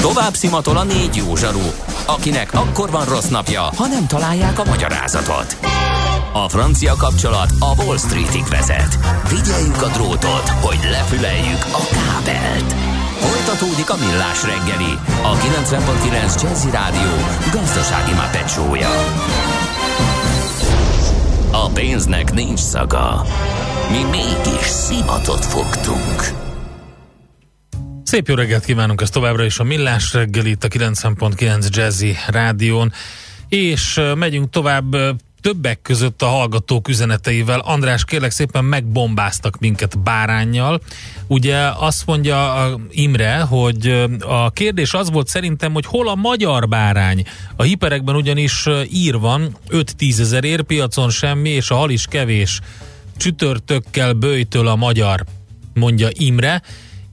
Tovább szimatol a 4 jó zsaru, akinek akkor van rossz napja, ha nem találják a magyarázatot. A francia kapcsolat a Wall Streetig vezet. Figyeljük a drótot, hogy lefüleljük a kábelt. Folytatódik a Millás reggeli, a 90.9 Jazzy Rádió gazdasági mápecsója. A pénznek nincs szaga. Mi mégis szimatot fogtunk. Szép jó reggelt kívánunk, ez továbbra is a Millás reggeli itt a 90.9 Jazzy Rádión, és megyünk tovább többek között a hallgatók üzeneteivel. András, kérlek szépen, megbombáztak minket báránnyal. Ugye azt mondja Imre, hogy a kérdés az volt szerintem, hogy hol a magyar bárány. A hiperekben ugyanis ír van, 5-10 ezerért, piacon semmi, és a hal is kevés. Csütörtökkel böjtöl a magyar, mondja Imre.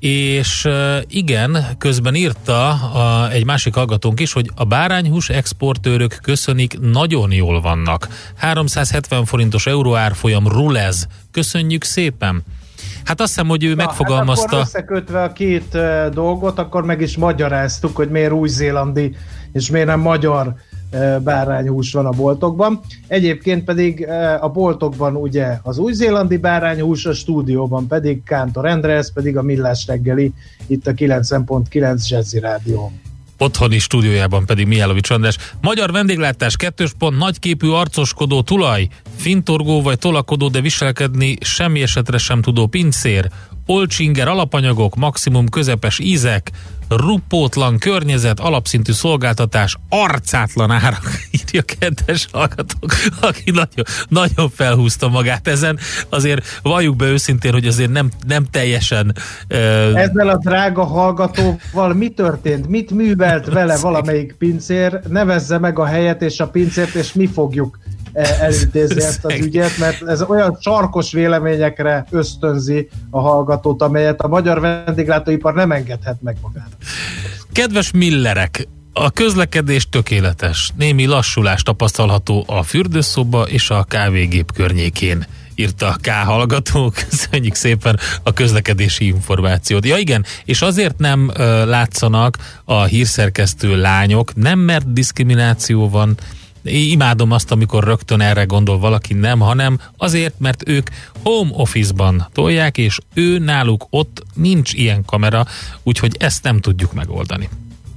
És igen, közben írta egy másik hallgatónk is, hogy a bárányhús exportőrök köszönik, nagyon jól vannak. 370 forintos euróárfolyam rulez. Köszönjük szépen! Hát azt hiszem, hogy ő megfogalmazta... Hát akkor összekötve a két dolgot, akkor meg is magyaráztuk, hogy miért új-zélandi és miért nem magyar bárányhús van a boltokban. Egyébként pedig a boltokban ugye az új-zélandi bárányhús, a stúdióban pedig Kántor Endre, ez pedig a Millás reggeli, itt a 90.9 Jazzy Rádió. Otthoni stúdiójában pedig Mijálovics András. Magyar vendéglátás, 2. nagyképű arcoskodó tulaj, fintorgó vagy tolakodó, de viselkedni semmi esetre sem tudó pincér, olcsinger alapanyagok, maximum közepes ízek, ruppótlan környezet, alapszintű szolgáltatás, arcátlan árak, írja kedves hallgatók, aki nagyon felhúzta magát ezen. Azért valljuk be őszintén, hogy azért nem teljesen... Ezzel a drága hallgatóval mi történt? Mit művelt vele valamelyik pincér? Nevezze meg a helyet és a pincért, és mi fogjuk elintézni ezt az ügyet, mert ez olyan sarkos véleményekre ösztönzi a hallgatót, amelyet a magyar vendéglátóipar nem engedhet meg magának. Kedves millerek, a közlekedés tökéletes. Némi lassulás tapasztalható a fürdőszoba és a kávégép környékén, írta a K hallgató. Köszönjük szépen a közlekedési információt. Ja igen, és azért nem látszanak a hírszerkesztő lányok, nem mert diszkrimináció van. Imádom azt, amikor rögtön erre gondol valaki, nem, hanem azért, mert ők home office-ban tolják, és ő náluk ott nincs ilyen kamera, úgyhogy ezt nem tudjuk megoldani.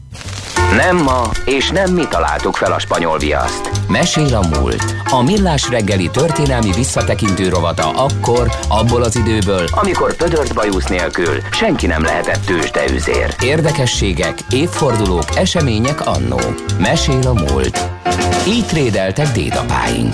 Nem ma, és nem mi találtuk fel a spanyol viaszt. Mesél a múlt. A Millás reggeli történelmi visszatekintő rovata akkor, abból az időből, amikor pödört bajusz nélkül senki nem lehetett tőzsdeüzér. Érdekességek, évfordulók, események annó. Mesél a múlt. Így trédeltek dédapáink.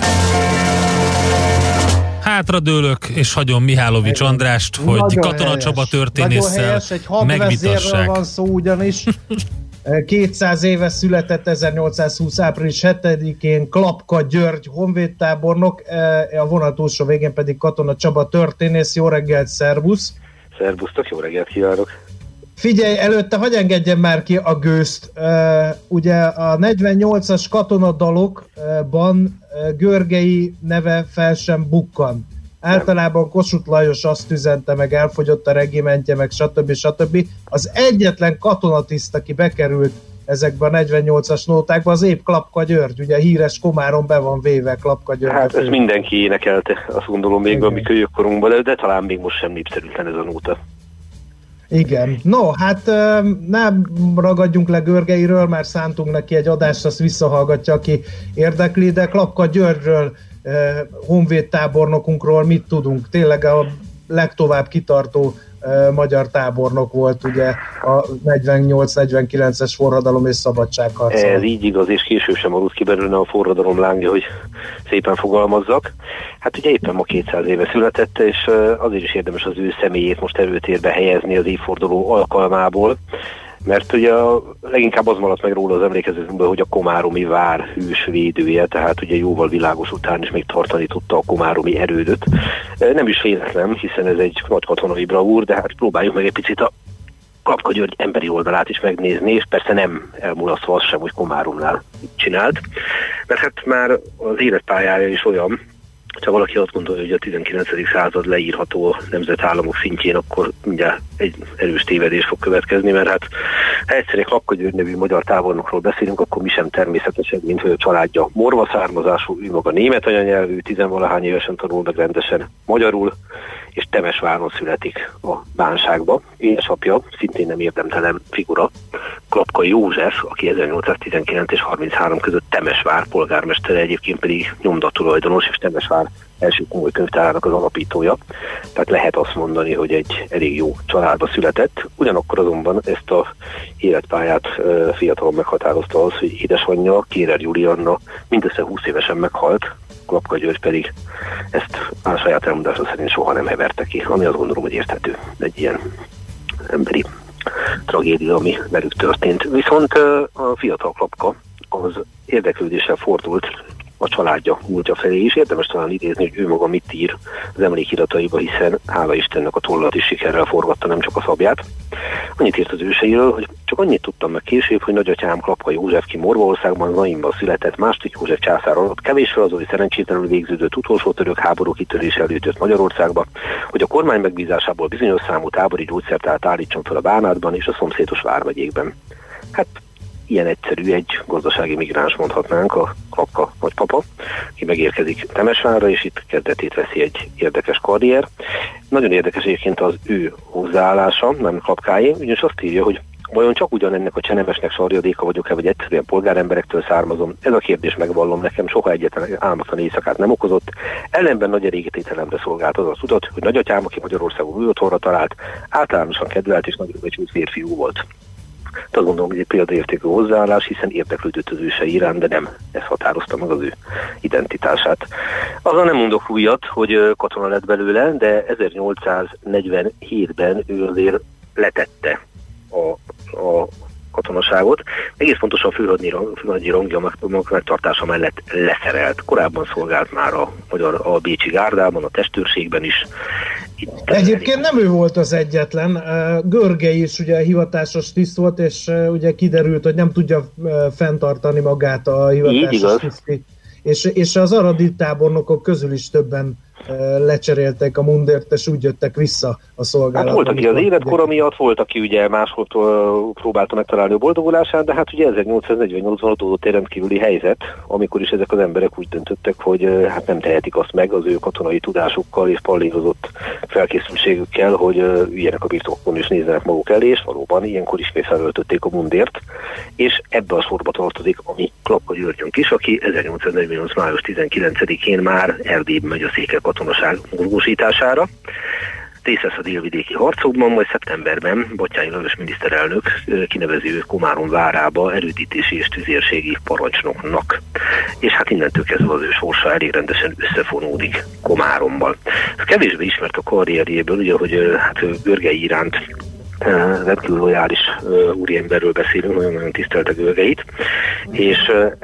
hátradőlök, és hagyom Mihálovics Andrást, hogy nagyon Katona helyes. Csaba történésszel helyes, egy hadvezérről van szó ugyanis. 200 éve született 1820. április 7-én Klapka György honvédtábornok, a vonal túlsó végén pedig Katona Csaba történész. Jó reggelt, szervusz! Szervusztok, jó reggelt kívánok! Figyelj, előtte hagyj engedjem már ki a gőzt. Ugye a 48-as katonadalokban Görgei neve fel sem bukkan. Általában Kossuth Lajos azt üzente, meg elfogyott a regimentje, meg stb. Az egyetlen katonatiszt, aki bekerült ezekbe a 48-as nótákba, az épp Klapka György. Ugye a híres Komáron be van véve Klapka György. Hát ez mindenki énekelte, azt gondolom még a mi kölyökkorunkban, de talán még most sem népszerűtlen ez a nóta. Igen. No, hát nem ragadjunk le Görgeiről, már szántunk neki egy adást, azt visszahallgatja, aki érdekli, de Klapka Györgyről, honvédtábornokunkról mit tudunk? Tényleg a legtovább kitartó magyar tábornok volt ugye a 48-49-es forradalom és szabadságharc. Ez így igaz, és később sem aludt ki belőle a forradalom lángja, hogy szépen fogalmazzak. Hát ugye éppen ma 200 éve született, és azért is érdemes az ő személyét most előtérbe helyezni az évforduló alkalmából, mert ugye leginkább az maradt meg róla az emlékezetünkből, hogy a komáromi vár hősvédője, tehát ugye jóval világos után is még tartani tudta a komáromi erődöt. Nem is véletlen, hiszen ez egy nagy katonai bravúr, de hát próbáljuk meg egy picit a Klapka György emberi oldalát is megnézni, és persze nem elmulasztva az sem, hogy Komáromnál csinált, mert hát már az életpályája is olyan, Ha valaki azt gondolja, hogy a 19. század leírható nemzetállamok szintjén, akkor mindjárt egy erős tévedés fog következni, mert hát ha egyszerűen Klapka György nevű magyar tábornokról beszélünk, akkor mi sem természetesen, mint hogy a családja morva származású, ő maga német anyanyelvű, 10-valahány évesen tanul meg rendesen magyarul, és Temesváron születik a bánságba. Édesapja szintén nem érdemtelen figura, Klapka József, aki 1819 és 33 között Temesvár polgármestere, egyébként pedig nyomdatulajdonos, és Temesvár első komoly könyvtárának az alapítója. Tehát lehet azt mondani, hogy egy elég jó családba született. Ugyanakkor azonban ezt a életpályát fiatalon meghatározta az, hogy édesanyja, Kérer Julianna mindössze 20 évesen meghalt, Klapka György pedig ezt a saját elmondása szerint soha nem heverte ki, ami azt gondolom, hogy érthető egy ilyen emberi tragédia, ami velük történt. Viszont a fiatal Klapka az érdeklődéssel fordult a családja múltja felé is. Érdemes talán idézni, hogy ő maga mit ír az emlékirataiba, hiszen hála Istennek a tollat is sikerrel forgatta, nem csak a szabját. Annyit írt az őseiről, hogy csak annyit tudtam meg később, hogy nagyatyám Klapka József ki Morvaországban, Naimban született, második József császár alatt kevésre az, hogy szerencsétlenül végződött utolsó török háború kitörése előtt jött Magyarországba, hogy a kormány megbízásából bizonyos számú tábori gyógyszertárat állítson fel a Bánátban és a szomszédos vármegyékben. Hát ilyen egyszerű egy gazdasági migráns, mondhatnánk, a Klapka nagypapa, aki megérkezik Temesvárra, és itt kezdetét veszi egy érdekes karrier. Nagyon érdekes egyébként az ő hozzáállása, nem Klapkáé, ugyanis azt írja, hogy vajon csak ugyanennek a csenemesnek sarjadéka vagyok-e, vagy egyszerűen polgáremberektől származom? Ez a kérdés, megvallom, nekem soha egyetlen álmatlan éjszakát nem okozott. Ellenben nagy elégítételemre szolgált az a tudat, hogy nagyatyám, aki Magyarországon új otthonra talált, általánosan kedvelt és nagyobb becsült férfiú volt. Azt gondolom, hogy egy példaértékű hozzáállás, hiszen érdeklődött az ősei iránt, de nem ez határozta meg az ő identitását. Azon nem mondok újat, hogy katona lett belőle, de 1847-ben ő azért letette a katonaságot. Egész pontosan főhadnagy rangja megtartása mellett leszerelt. Korábban szolgált már a bécsi gárdában, a testőrségben is. Egyébként nem ő volt az egyetlen. Görgei is ugye hivatásos tiszt volt, és ugye kiderült, hogy nem tudja fenntartani magát a hivatásos tiszti. És az aradi tábornokok közül is többen lecseréltek a mundért, és úgy jöttek vissza a szolgálatba. Hát volt, aki az életkora miatt, volt, aki ugye máshol próbálta megtalálni a boldogulását, de hát ugye 1848-ban adódott egy rendkívüli helyzet, amikor is ezek az emberek úgy döntöttek, hogy hát nem tehetik azt meg az ő katonai tudásukkal és pallírozott felkészültségükkel, hogy üljenek a birtokon és nézzenek maguk elé, és valóban ilyenkor ismét felöltötték a mundért, és ebbe a sorba tartozik a mi Klapka Györgyünk is, aki 1848. május 19-én már Erdélybe megy a székely katonaság mozgósítására. Részt vesz a délvidéki harcokban, majd szeptemberben Batthyány Lajos miniszterelnök kinevezi őt Komárom várába erődítési és tüzérségi parancsnoknak. És hát innentől kezdve az ő sorsa elég rendesen összefonódik Komárommal. Ez kevésbé ismert a karrierjéből, ugye, hogy hát Görgei iránt rendkívül lojális úriemberről beszélünk, nagyon-nagyon tisztelte Görgeit, és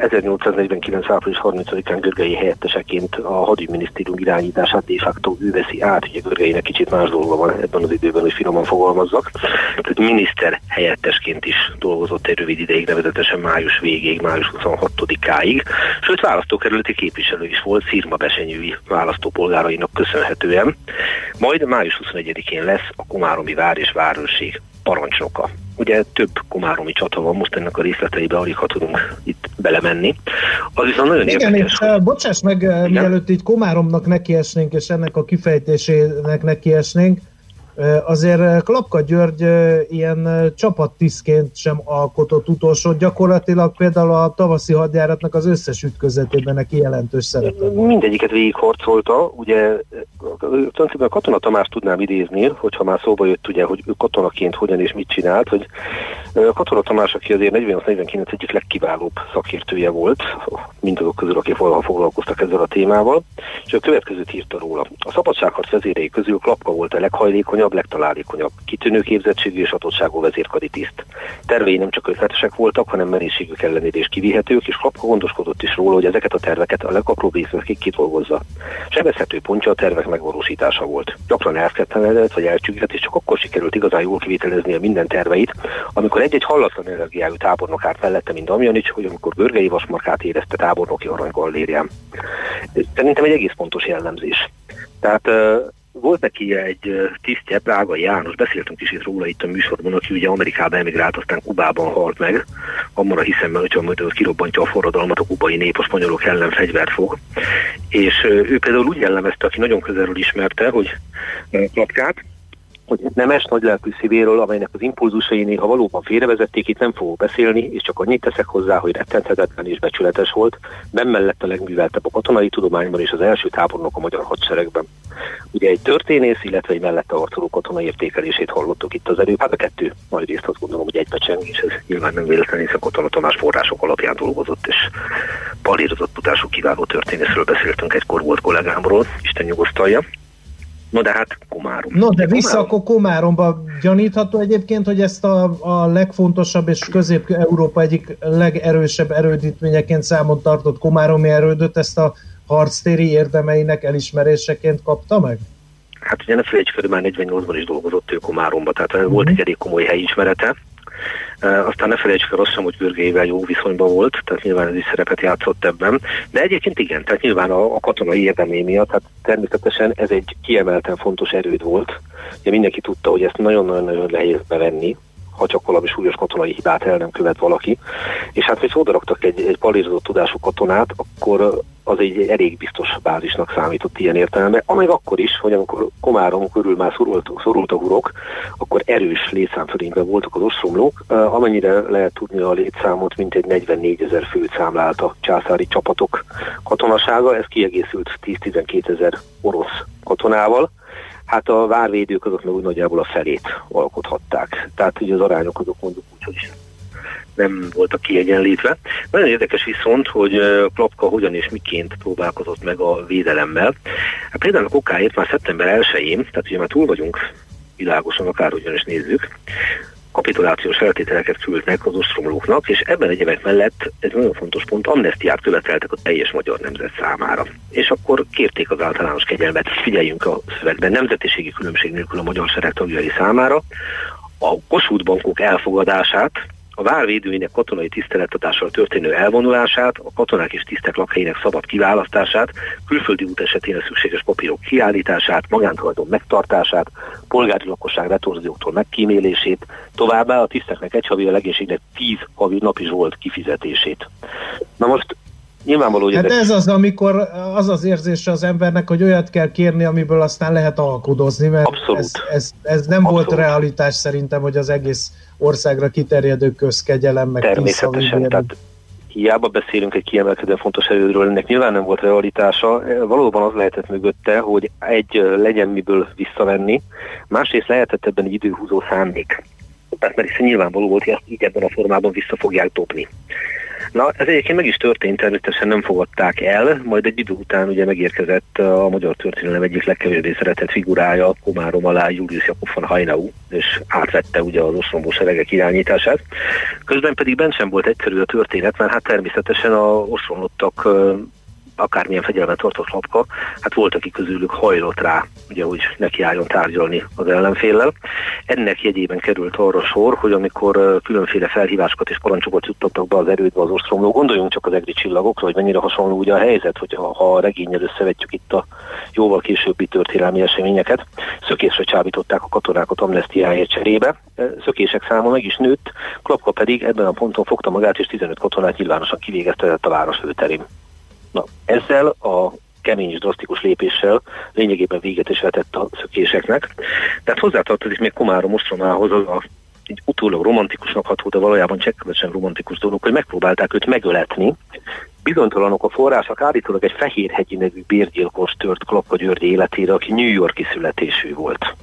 1849. április 30-án Görgei helyetteseként a hadügyminisztérium irányítását de facto ő veszi át, ugye Görgeinek kicsit más dolga van ebben az időben, hogy finoman fogalmazzak, tehát miniszter helyettesként is dolgozott egy rövid ideig, nevezetesen május végéig, május 26-áig, sőt választókerületi képviselő is volt szirmabesenyői választópolgárainak köszönhetően, majd május 21-én lesz a komáromi vár és várőrség parancsnoka. Ugye több komáromi csata van, most ennek a részleteibe alig ha tudunk itt belemenni. Az viszont nagyon érdekes. Igen, és bocsáss meg, mielőtt így Komáromnak nekiesnénk, és ennek a kifejtésének nekiesnénk, azért Klapka György ilyen csapattisztként sem alkotott utolsót, gyakorlatilag például a tavaszi hadjáratnak az összes ütközetében neki jelentős szerepe. Mindegyiket végigharcolta, ugye tulajdonképpen a Katona Tamást tudnám idézni, hogyha már szóba jött, ugye, hogy ő katonaként hogyan és mit csinált, hogy Katona Tamás, aki azért 48-49 egyik legkiválóbb szakértője volt, mindazok közül, akik valaha foglalkoztak ezzel a témával, és a következőt írta róla. A szabadságharc vezérei közül Klapka volt a leghajlékonyabb, leghatékonyabb, legtalálékonyabb, kitűnő képzettségű és atottságú vezérkari tiszt. Tervei nem csak ötletesek voltak, hanem merészségük ellenére is kivihetők, és Klapka gondoskodott is róla, hogy ezeket a terveket a legapróbb részletekig kidolgozza. Sebezhető pontja a tervek megvalósítása volt. Gyakran elszketlenedett vagy elcsüggett, és csak akkor sikerült igazán jól kivitelezni a minden terveit, amikor egy-egy hallatlan energiájú tábornok állt mellette, mint Damjanics, hogy amikor Görgei vasmarkát érezte tábornoki aranygallérián. Szerintem egy egész pontos jellemzés. Tehát volt neki egy tisztje, Prágai János, beszéltünk is itt róla itt a műsorban, aki ugye Amerikába emigrált, aztán Kubában halt meg, abban a hiszemben, hogyha majd kirobbantja a forradalmat, a kubai nép a spanyolok ellen fegyvert fog. És ő például úgy jellemezte, aki nagyon közelről ismerte, hogy Klapkát, hogy nemes, nagylelkű szívéről, amelynek az impulzusai néha valóban félrevezették, itt nem fogok beszélni, és csak annyit teszek hozzá, hogy rettenthetetlen és becsületes volt, mellett a legműveltebb a katonai tudományban és az első tábornok a magyar hadseregben. Ugye egy történész, illetve egy mellette arcoló katonai értékelését hallottuk itt az előbb, hát a kettő nagy részt azt gondolom, hogy egybecseng, és ez nyilván nem véletlenül, hiszen Katona Tamás források alapján dolgozott, és palírozott tudású kiváló történészről beszéltünk, egykor volt kollégámról, Isten nyugosztalja. No de hát Komárom. No de vissza akkor Komáromba. Gyanítható egyébként, hogy ezt a legfontosabb és Közép-Európa egyik legerősebb erődítményeként számon tartott komáromi erődöt, ezt a harctéri érdemeinek elismeréseként kapta meg? Hát ugye ne felejtsük, hogy már 48-ban is dolgozott ő Komáromba, tehát volt egy elég komoly helyismerete. Aztán ne felejtsük el azt sem, hogy Görgeivel jó viszonyban volt, tehát nyilván ez is szerepet játszott ebben. De egyébként igen, tehát nyilván a katonai érdemé miatt, tehát természetesen ez egy kiemelten fontos erőd volt. Ugye mindenki tudta, hogy ezt nagyon-nagyon nehéz bevenni, ha csak valami súlyos katonai hibát el nem követ valaki. És hát, hogyha odaraktak egy palírozott tudású katonát, akkor az egy elég biztos bázisnak számított ilyen értelemben, amely akkor is, hogy amikor Komárom körül már szorult a hurok, akkor erős létszámfölényben voltak az ostromlók, amennyire lehet tudni a létszámot, mintegy 44 000 főt számlált a császári csapatok katonasága, ez kiegészült 10-12 000 orosz katonával. Hát a várvédők azok meg úgy nagyjából a felét alkothatták. Tehát ugye az arányok azok mondjuk úgy, hogy nem voltak kiegyenlítve. Nagyon érdekes viszont, hogy Klapka hogyan és miként próbálkozott meg a védelemmel. Hát például a kokáért már szeptember 1-én, tehát ugye már túl vagyunk világosan, akárhogyan is nézzük, kapitulációs feltételeket küldnek az ostromlóknak, és ebben egyebek mellett, ez nagyon fontos pont, amnesztiát követeltek a teljes magyar nemzet számára. És akkor kérték az általános kegyelmet, figyeljünk a szövegben, nemzetiségi különbség nélkül a magyar sereg tagjai számára, a Kossuth bankok elfogadását, a várvédőinek katonai tiszteletatással történő elvonulását, a katonák és tisztek lakhelyének szabad kiválasztását, külföldi út esetén a szükséges papírok kiállítását, magántulajdon megtartását, polgári lakosság retorzióktól megkímélését, továbbá a tiszteknek egy havi, a legénységnek 10 havi napi zsolt kifizetését. Na most nyilvánvaló, hogy hát ez az, amikor az az érzése az embernek, hogy olyat kell kérni, amiből aztán lehet alkudozni, mert ez nem volt realitás szerintem, hogy az egész országra kiterjedő közkegyelem, meg természetesen, tehát hiába beszélünk egy kiemelkedően fontos erődről, ennek nyilván nem volt realitása, valóban az lehetett mögötte, hogy egy legyen miből visszavenni, másrészt lehetett ebben egy időhúzó szándék. Tehát mert hiszen nyilvánvaló volt, hogy ezt így ebben a formában vissza fogják dobni. Na, ez egyébként meg is történt, természetesen nem fogadták el, majd egy idő után ugye megérkezett a magyar történelem egyik legkevésbé szeretett figurája, Komárom alá Julius Jakob von Haynau, és átvette ugye az ostromló seregek irányítását. Közben pedig bent sem volt egyszerű a történet, mert hát természetesen a ostromlottak akármilyen fegyelmet tartott Klapka, hát volt, aki közülük hajlott rá, ugye, hogy nekiálljon tárgyalni az ellenféllel. Ennek jegyében került arra sor, hogy amikor különféle felhívásokat és parancsokat juttattak be az erődbe az ostromló, gondoljunk csak az egri csillagokra, hogy mennyire hasonló ugye a helyzet, hogy ha a regénnyel összevetjük itt a jóval későbbi történelmi eseményeket, szökésre csábították a katonákat amnesztiáért cserébe. Szökések száma meg is nőtt, Klapka pedig ebben a ponton fogta magát, és 15 katonát nyilvánosan kivégeztetett a város főterén. Na, ezzel a kemény és drasztikus lépéssel lényegében véget is vetett a szökéseknek. Tehát hozzátartozik még Komárom ostromához egy utólag romantikusnak ható, de valójában csekkövesen romantikus dolog, hogy megpróbálták őt megöletni. Bizonytalanok a források, állítólag egy Fehérhegyi nevű bérgyilkos tört Klapka György életére, aki New York-i születésű volt.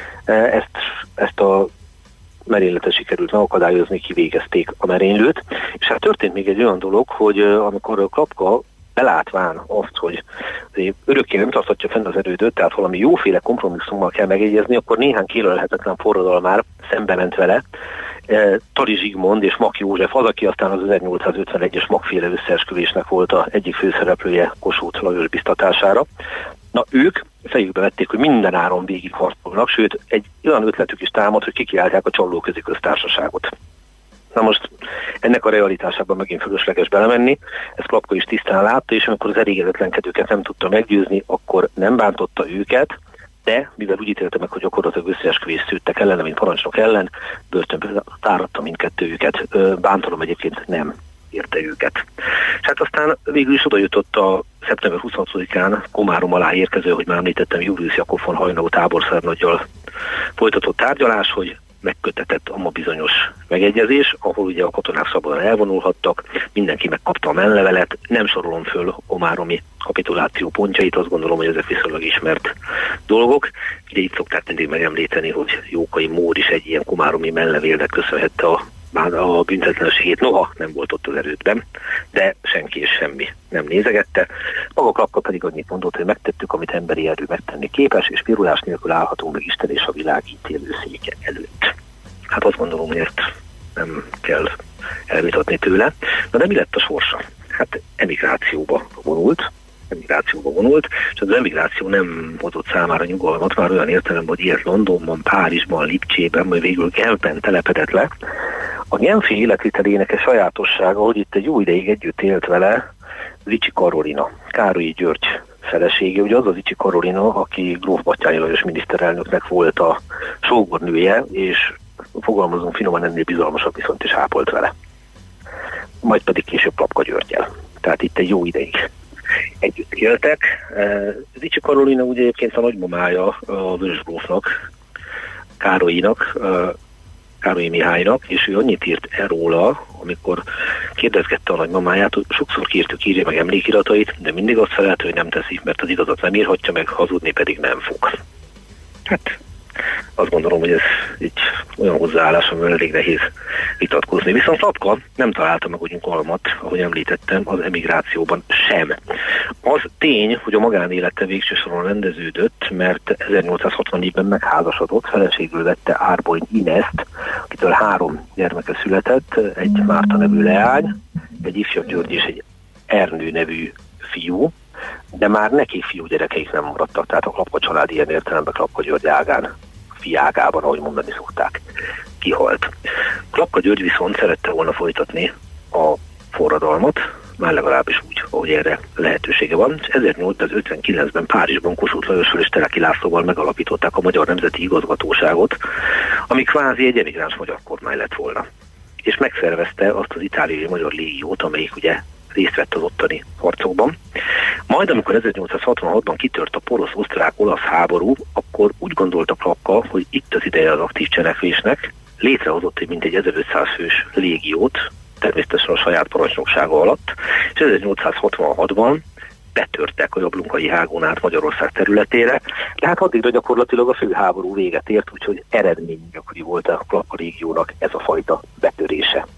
Ezt a merényletet sikerült megakadályozni, kivégezték a merénylőt, és hát történt még egy olyan dolog, hogy amikor Klapka belátván azt, hogy örökké nem tarthatja fenn az erődöt, tehát valami jóféle kompromisszummal kell megegyezni, akkor néhány kijelölhetetlen forradalmár szembe ment vele, Tari Zsigmond és Mak József, az, aki aztán az 1851-es Makféle összeesküvésnek volt az egyik főszereplője Kossuth Lajos biztatására. Na, ők fejükbe vették, hogy minden áron végig harcolnak, sőt, egy olyan ötletük is támad, hogy kikiáltják a Csallóközi Köztársaságot. Na most ennek a realitásában megint fölösleges belemenni, ezt Klapka is tisztán látta, és amikor az elégedetlenkedőket nem tudta meggyőzni, akkor nem bántotta őket, de mivel úgy ítélte meg, hogy gyakorlatilag összeesküvést szűrtek ellene, mint parancsnok ellen, börtönbe táradta mindkettőjüket, bántalom egyébként nem érte őket. És hát aztán végül is oda jutott a szeptember 26-án Komárom alá érkező, hogy már említettem, Julius Jakob von Hajnau táborszárnaggyal folytatott tárgyalás, hogy megkötetett a ma bizonyos megegyezés, ahol ugye a katonák szabadon elvonulhattak, mindenki megkapta a menlevelet, nem sorolom föl komáromi kapituláció pontjait, azt gondolom, hogy ezek viszonylag ismert dolgok. Ugye itt szokták mindig megemlíteni, hogy Jókai Mór is egy ilyen komáromi menlevélnek köszönhette a büntetlenségét, noha nem volt ott az erődben, de senki és semmi nem nézegette. Maga Klapka pedig annyit mondott, hogy megtettük, amit emberi erő megtenni képes, és pirulás nélkül állhatunk meg Isten és a világ ítélőszéke előtt. Hát azt gondolom, hogy ezt nem kell elvitatni tőle. Na de mi lett a sorsa? Hát emigrációba vonult, és az emigráció nem hozott számára nyugalmat, már olyan értelemben, hogy ilyet Londonban, Párizsban, Lipcsében, vagy végül Genfben telepedett le. A genfi életvitelének a sajátossága, hogy itt egy jó ideig együtt élt vele Zichy Karolina, Károlyi György felesége, ugye az a Zichy Karolina, aki gróf Batthyány Lajos miniszterelnöknek volt a sógornője, és fogalmazunk finoman, ennél bizalmasabb viszonyt is ápolt vele. Majd pedig később Klapka Györggyel. Tehát itt egy jó ideig együtt éltek. Zichy Karolina ugye egyébként a nagymamája a vörösgrófnak, Károlyi Mihálynak, és ő annyit írt róla, amikor kérdezgette a nagymamáját, hogy sokszor kértük, írja meg emlékiratait, de mindig azt felelte, hogy nem teszi, mert az igazat nem írhatja meg, hazudni pedig nem fog. Hát azt gondolom, hogy ez így olyan hozzáállás, amivel elég nehéz vitatkozni. Viszont Klapka nem találta meg nyugalmat, ahogy említettem, az emigrációban sem. Az tény, hogy a magánélete végső soron rendeződött, mert 1864-ben megházasodott, feleségül vette Árboly Ineszt, akitől 3 gyermeke született, egy Márta nevű leány, egy ifjabb György és egy Ernő nevű fiú, de már neki fiúgyerekeik nem maradtak, tehát a Klapka család ilyen értelemben Klapka György ágán, fiágában, ahogy mondani szokták, kihalt. Klapka György viszont szerette volna folytatni a forradalmat, már legalábbis úgy, ahogy erre lehetősége van, és 1859-ben Párizsban Kossuth Lajossal és Teleki Lászlóval megalapították a Magyar Nemzeti Igazgatóságot, ami kvázi egy emigráns magyar kormány lett volna. És megszervezte azt az itáliai magyar légiót, amelyik ugye részt vett az ottani harcokban. Majd, amikor 1866-ban kitört a porosz-osztrák-olasz háború, akkor úgy gondolta Klapka, hogy itt az ideje az aktív cselekvésnek, létrehozott egy mintegy 1500 fős légiót, természetesen a saját parancsnoksága alatt, és 1866-ban betörtek a Jablunkai hágon át Magyarország területére, de hát addigra gyakorlatilag a főháború véget ért, úgyhogy eredménygyakori volt a Klapka légiónak ez a fajta betörése.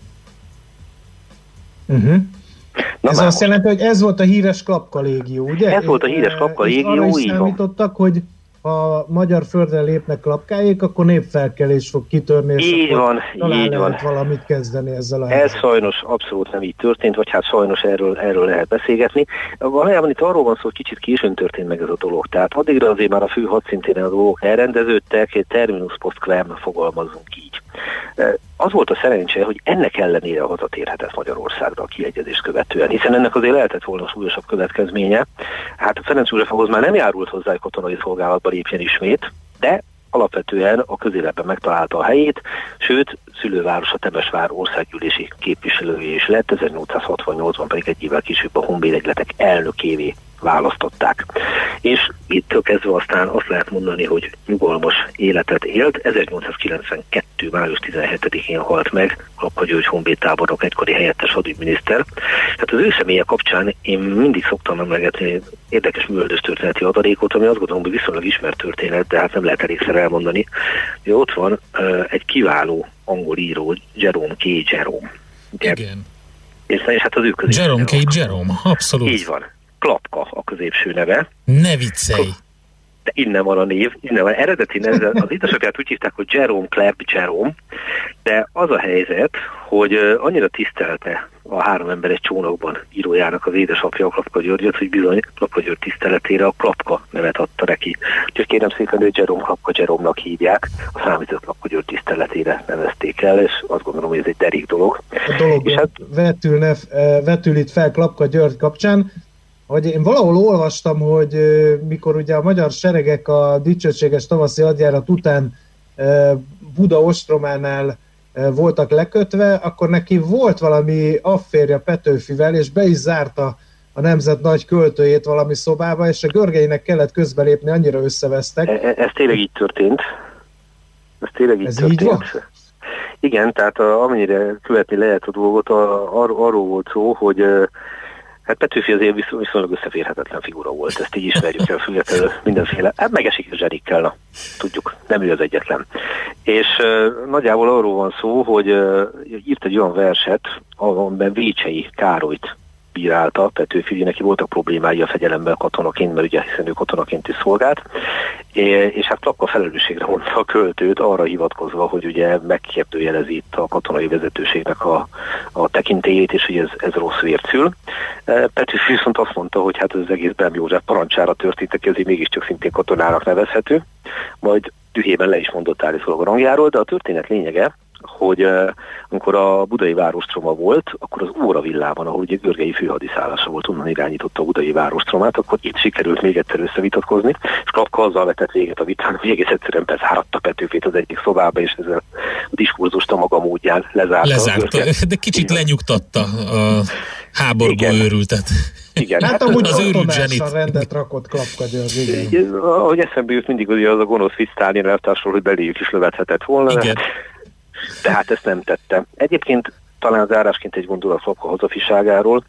Ez azt jelenti, hogy ez volt a híres Klapka légió, ugye? Ez volt a híres Klapka légió, arra is számítottak, hogy ha magyar földre lépnek Klapkáék, akkor népfelkelés fog kitörni, és így akkor van, talán így lehet van. valamit kezdeni ezzel a Ez sajnos abszolút nem így történt, vagy hát sajnos erről lehet beszélgetni. Valójában itt arról van szó, hogy kicsit későn történt meg ez a dolog. Tehát addigra azért már a fő hadszintéren a dolgok elrendeződtek, egy terminus post quem fogalmazzunk így. Az volt a szerencse, hogy ennek ellenére hazatérhetett Magyarországra a kiegyezést követően, hiszen ennek azért lehetett volna súlyosabb következménye. Hát a Ferenc József ahhoz már nem járult hozzá, hogy katonai szolgálatba lépjen ismét, de alapvetően a közéletben megtalálta a helyét, sőt, szülővárosa Temesvár országgyűlési képviselője is lett, 1868-ban pedig egy évvel később a honvédegyletek elnökévé választották. És ittől kezdve aztán azt lehet mondani, hogy nyugalmas életet élt. 1892. május 17-én halt meg Klapka György honvédtábornok, egykori helyettes hadügyminiszter. Tehát az ő személye kapcsán én mindig szoktam emlegetni érdekes műveldős történeti adalékot, ami azt gondolom, hogy viszonylag ismert történet, de hát nem lehet elégszer elmondani. Hogy ott van egy kiváló angol író, Jerome K. Jerome. Igen. És hát az ő középső Jerome K. Jerome, abszolút. Így van. Klapka a középső neve. Ne viccelj! De innen van a név, innen van eredeti neve, az édesapját úgy hívták, hogy Jerome Clapp Jerome, de az a helyzet, hogy annyira tisztelte a három ember egy csónakban írójának az édesapja a Klapka Györgyöt, hogy bizony Klapka György tiszteletére a Klapka nevet adta neki. Úgyhogy kérem szépen, hogy Jerome Klapka Jerome-nak hívják, a számított Klapka György tiszteletére nevezték el, és azt gondolom, hogy ez egy derék dolog. A dolog hát, vetül itt fel Klapka György kapcsán, hogy én valahol olvastam, hogy mikor ugye a magyar seregek a dicsőséges tavaszi hadjárat után Buda ostrománál voltak lekötve, akkor neki volt valami afférja Petőfivel, és be is zárta a nemzet nagy költőjét valami szobába, és a Görgeinek kellett közbelépni, annyira összevesztek. Ez tényleg így történt. Ez így van? Igen, tehát amennyire követni lehet a dolgot, arról volt szó, hogy hát Petőfi azért viszonylag összeférhetetlen figura volt, ezt így ismerjük el, függetlenül mindenféle, hát megesik a zserikkel, na, tudjuk, nem ő az egyetlen. És nagyjából arról van szó, hogy írt egy olyan verset, amiben Vécsei Károlyt bírálta Petőfi, ugye neki voltak problémái a fegyelemmel katonaként, mert ugye hiszen ő katonaként is szolgált, és hát Klapka felelősségre vonta a költőt arra hivatkozva, hogy ugye megkérdőjelezi itt a katonai vezetőségnek a tekintélyét, és hogy ez rossz vért szül. Petőfi viszont azt mondta, hogy hát ez az egész Bem József parancsára történtek, ezért mégiscsak szintén katonának nevezhető, majd dühében le is mondott állítólag a rangjáról, de a történet lényege, hogy amikor a budai várostroma volt, akkor az Óravillában, ahol ugye Görgei főhadiszállása volt, onnan irányította a budai várostromát, akkor itt sikerült még egyszer összevitatkozni, és Klapka azzal vetett véget a vitán, hogy egész egyszerűen bezáratta Petőfit az egyik szobába, és ezzel a diskurzust a maga módján lezárta. De kicsit lenyugtatta a háborúba őrültet. Igen, hát amúgy az őrült zsenit. Rendet rakott Klapka György. Ahogy eszembe jut mindig ugye az a gonosz vicc Sztálin elvtársról, hogy beléjük is lövethetett volna. Igen. Tehát ezt nem tette. Egyébként talán zárásként egy gondolat Klapka hazafiságáról.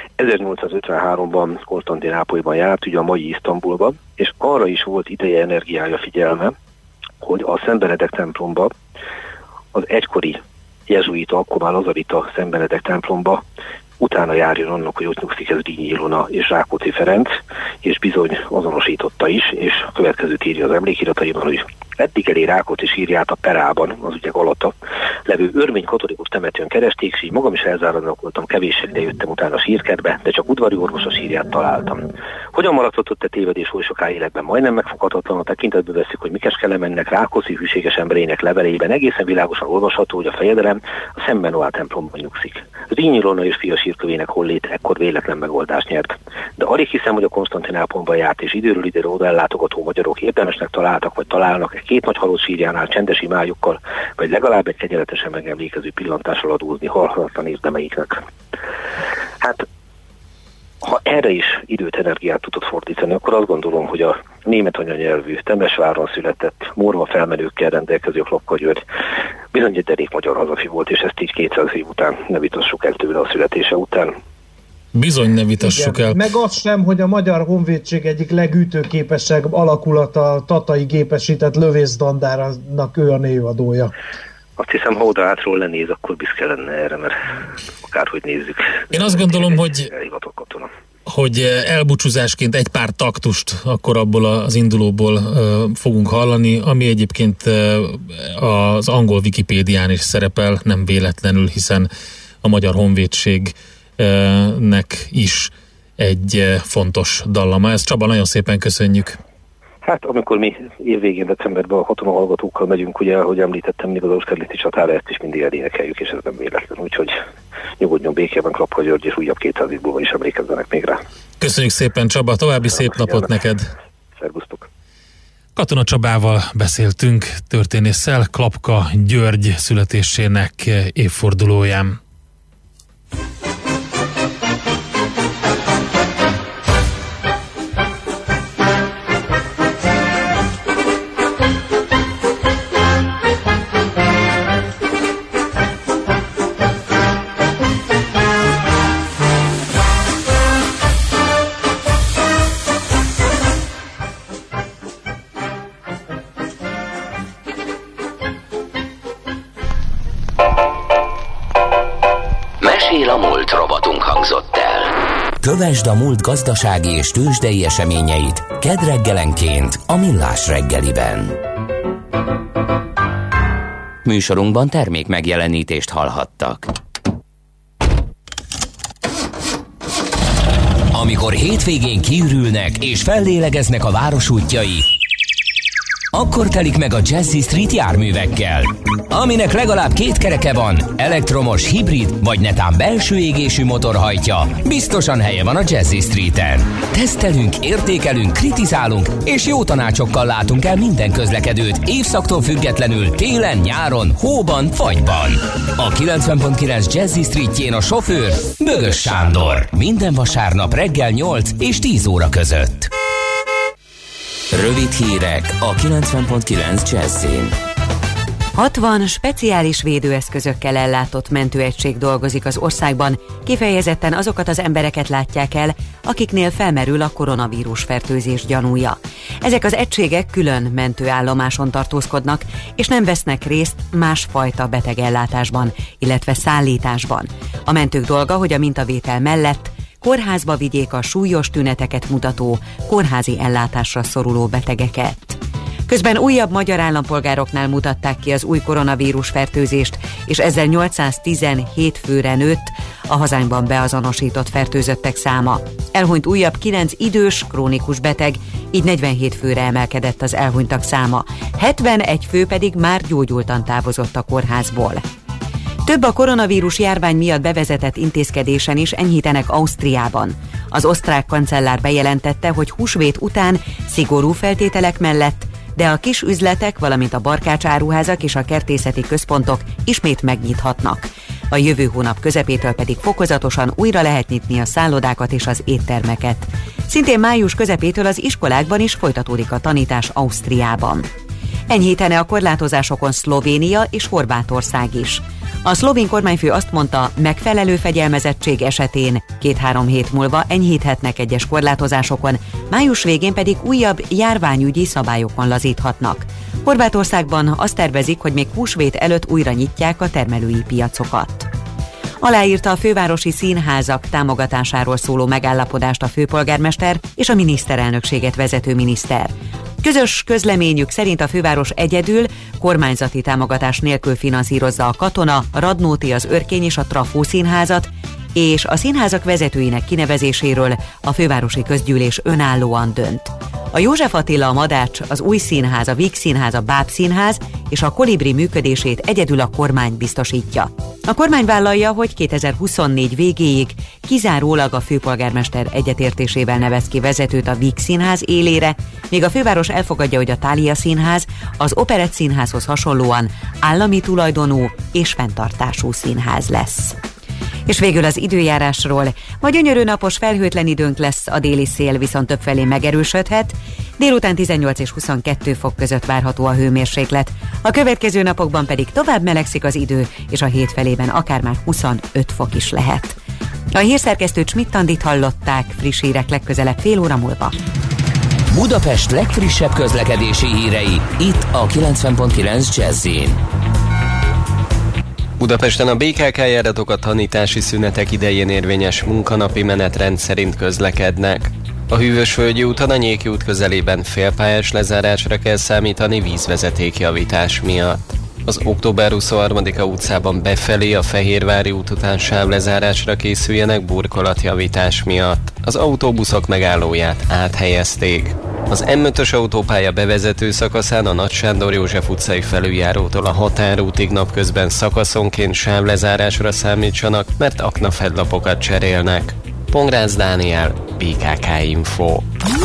1853-ban Konstantinápolyban járt, ugye a mai Isztambulban, és arra is volt ideje, energiája, figyelme, hogy a Szent Benedek templomba, az egykori jezsuita, akkor már lazarita Szent Benedek templomba utána járjon annak, hogy ott nyugszik ez Rínyi Ilona és Rákóczi Ferenc, és bizony azonosította is, és a következőt írja az emlékirataiban, hogy eddig elé Rákóczi sírját a Perában, az ügyek alatt levő örmény katolikus temetőn keresték, és így magam is elzáradnak voltam, kevéssel ide jöttem utána a sírkertbe, de csak udvari orvos a sírját találtam. Hogyan maradt ott a tévedés oly soká életben? Majdnem megfoghatatlan, a tekintetbe veszik, hogy Mikes Kelemennek, Rákóczi hűséges emberének leveleiben egészen világosan olvasható, hogy a fejedelem a Szent Benoá templomban nyugszik. Rínyi Ilona és fia sírkövének holléte ekkor véletlen megoldást nyert. De alig hiszem, hogy a Konstantinápolyban járt, és időről időre oda ellátogató magyarok érdemesnek találtak, vagy találnak két nagy halott sírjánál csendes imájukkal, vagy legalább egy kegyeletesen megemlékező pillantással adózni halhatatlan érdemeiknek. Hát, ha erre is időt, energiát tudott fordítani, akkor azt gondolom, hogy a német anyanyelvű, Temesváron született, morva felmenőkkel rendelkező Klapka György bizony egy derék magyar hazafi volt, és ezt így 200 év után ne vitassuk el tőle a születése után. Bizony ne vitassuk el. Meg az sem, hogy a Magyar Honvédség egyik legütőképesebb alakulata, a tatai gépesített lövészdandárának ő a névadója. Azt hiszem, ha oda átról lenéz, akkor büszke lenne erre, mert akárhogy nézzük. Én azt gondolom, hogy elbúcsúzásként egy pár taktust akkor abból az indulóból fogunk hallani, ami egyébként az angol Wikipédián is szerepel, nem véletlenül, hiszen a Magyar Honvédségnek is egy fontos dallama. Ezt Csaba, nagyon szépen köszönjük. Hát amikor mi évvégén, decemberben a katonahallgatókkal megyünk, ugye, ahogy említettem, mindig az Austerlitzi csatára, ezt is mindig elénekeljük, és ez nem véletlen. Úgyhogy nyugodjon békében Klapka György, és újabb 200 évből is emlékezzenek még rá. Köszönjük szépen, Csaba, további szép napot neked! Szervusztok! Katona Csabával beszéltünk, történésszel, Klapka György születésének évfordulóján. Múlt rovatunk hangzott el. Kövesd a múlt gazdasági és tőzsdei eseményeit kedd reggelenként a Millás reggeliben. Műsorunkban termék megjelenítést hallhattak. Amikor hétvégén kiürülnek és fellélegeznek a város útjai, akkor telik meg a Jazzy Street járművekkel, aminek legalább 2 kereke van, elektromos, hibrid vagy netán belső égésű motor hajtja. Biztosan helye van a Jazzy Streeten. Tesztelünk, értékelünk, kritizálunk és jó tanácsokkal látunk el minden közlekedőt évszaktól függetlenül télen, nyáron, hóban, fagyban. A 90.9 Jazzy Streetjén a sofőr Bögös Sándor. Minden vasárnap reggel 8 és 10 óra között. Rövid hírek a 90.9 Jazzyn. 60 speciális védőeszközökkel ellátott mentőegység dolgozik az országban, kifejezetten azokat az embereket látják el, akiknél felmerül a koronavírus fertőzés gyanúja. Ezek az egységek külön mentőállomáson tartózkodnak, és nem vesznek részt másfajta betegellátásban, illetve szállításban. A mentők dolga, hogy a mintavétel mellett kórházba vigyék a súlyos tüneteket mutató, kórházi ellátásra szoruló betegeket. Közben újabb magyar állampolgároknál mutatták ki az új koronavírus fertőzést, és ezzel 817 főre nőtt a hazánkban beazonosított fertőzöttek száma. Elhunyt újabb 9 idős, krónikus beteg, így 47 főre emelkedett az elhunytak száma. 71 fő pedig már gyógyultan távozott a kórházból. Több a koronavírus járvány miatt bevezetett intézkedésen is enyhítenek Ausztriában. Az osztrák kancellár bejelentette, hogy húsvét után szigorú feltételek mellett, de a kis üzletek, valamint a barkácsáruházak és a kertészeti központok ismét megnyithatnak. A jövő hónap közepétől pedig fokozatosan újra lehet nyitni a szállodákat és az éttermeket. Szintén május közepétől az iskolákban is folytatódik a tanítás Ausztriában. Enyhítene a korlátozásokon Szlovénia és Horvátország is. A szlovén kormányfő azt mondta, megfelelő fegyelmezettség esetén 2-3 hét múlva enyhíthetnek egyes korlátozásokon, május végén pedig újabb járványügyi szabályokon lazíthatnak. Horvátországban azt tervezik, hogy még húsvét előtt újra nyitják a termelői piacokat. Aláírta a fővárosi színházak támogatásáról szóló megállapodást a főpolgármester és a miniszterelnökséget vezető miniszter. Közös közleményük szerint a főváros egyedül, kormányzati támogatás nélkül finanszírozza a Katona, Radnóti, az Örkény és a Trafó színházat, és a színházak vezetőinek kinevezéséről a fővárosi közgyűlés önállóan dönt. A József Attila, a Madács, az Új Színház, a Víg Színház, a Báb Színház és a Kolibri működését egyedül a kormány biztosítja. A kormány vállalja, hogy 2024 végéig kizárólag a főpolgármester egyetértésével nevez ki vezetőt a Víg Színház élére, míg a főváros elfogadja, hogy a Thália Színház az Operett Színházhoz hasonlóan állami tulajdonú és fenntartású színház lesz. És végül az időjárásról. Ma gyönyörű napos, felhőtlen időnk lesz, a déli szél viszont többfelé megerősödhet. Délután 18 és 22 fok között várható a hőmérséklet. A következő napokban pedig tovább melegszik az idő, és a hét felében akár már 25 fok is lehet. A hírszerkesztőt Schmidt-Andit hallották, friss hírek legközelebb fél óra múlva. Budapest legfrissebb közlekedési hírei, itt a 90.9 Jazzyn. Budapesten a BKK járatok a tanítási szünetek idején érvényes munkanapi menetrend szerint közlekednek. A Hűvösvölgyi úton a Nyéki út közelében félpályás lezárásra kell számítani vízvezetékjavítás miatt. Az Október 23-a utcában befelé a Fehérvári út után sávlezárásra készüljenek burkolatjavítás miatt. Az autóbuszok megállóját áthelyezték. Az M5-ös autópálya bevezető szakaszán a Nagy Sándor József utcai felüljárótól a Határútig napközben szakaszonként sávlezárásra számítsanak, mert aknafedlapokat cserélnek. Pongrácz Dániel, BKK Info.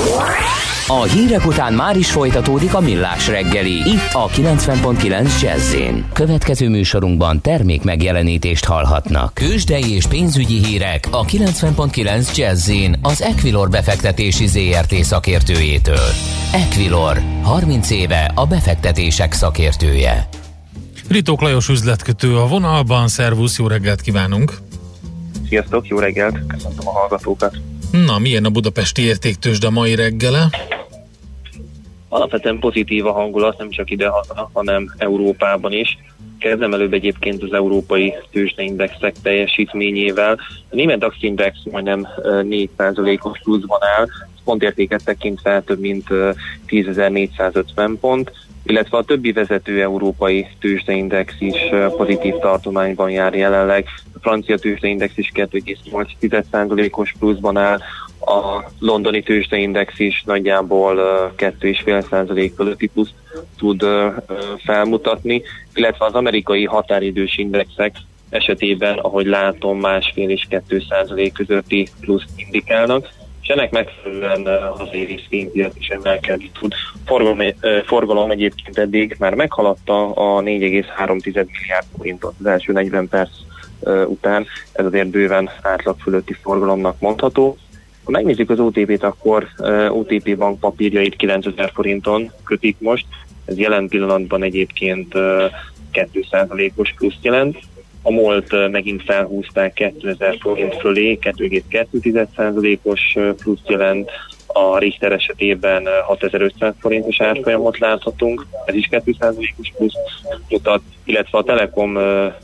A hírek után már is folytatódik a Millás reggeli, itt a 90.9 Jazzyn. Következő műsorunkban termék megjelenítést hallhatnak. Tőzsdei és pénzügyi hírek a 90.9 Jazzyn az Equilor befektetési ZRT szakértőjétől. Equilor, 30 éve a befektetések szakértője. Ritók Lajos üzletkötő a vonalban, szervusz, jó reggelt kívánunk! Sziasztok, jó reggelt, köszöntöm a hallgatókat! Na, milyen a budapesti értéktőzsde mai reggele? Alapvetően pozitív a hangulat, nem csak ide, hanem Európában is. Kezdem előbb egyébként az európai tőzsdeindexek teljesítményével. A német DAX index majdnem 4%-os pluszban áll, pontértéket tekintve több mint 10.450 pont, illetve a többi vezető európai tőzsdeindex is pozitív tartományban jár jelenleg. A francia tőzsdeindex is 2,8%-os pluszban áll, a londoni tőzsdeindex is nagyjából 2,5% fölötti pluszt tud felmutatni, illetve az amerikai határidős indexek esetében, ahogy látom, 1,5 és 2% közötti pluszt indikálnak, és ennek megfelelően az részvénypiac is emelkedni tud. Forgalom egyébként eddig már meghaladta a 4,3 milliárd forintot az első 40 perc után, ez azért bőven átlag fölötti forgalomnak mondható. Ha megnézzük az OTP-t, akkor OTP bank papírjait 9000 forinton kötik most, ez jelen pillanatban egyébként 2%-os pluszt jelent. A MOL-t megint felhúzták 2000 forint fölé, 2,2%-os pluszt jelent, a Richter esetében 6500 forintos árfolyamot láthatunk, ez is 2%-os plusz mutat, illetve a Telekom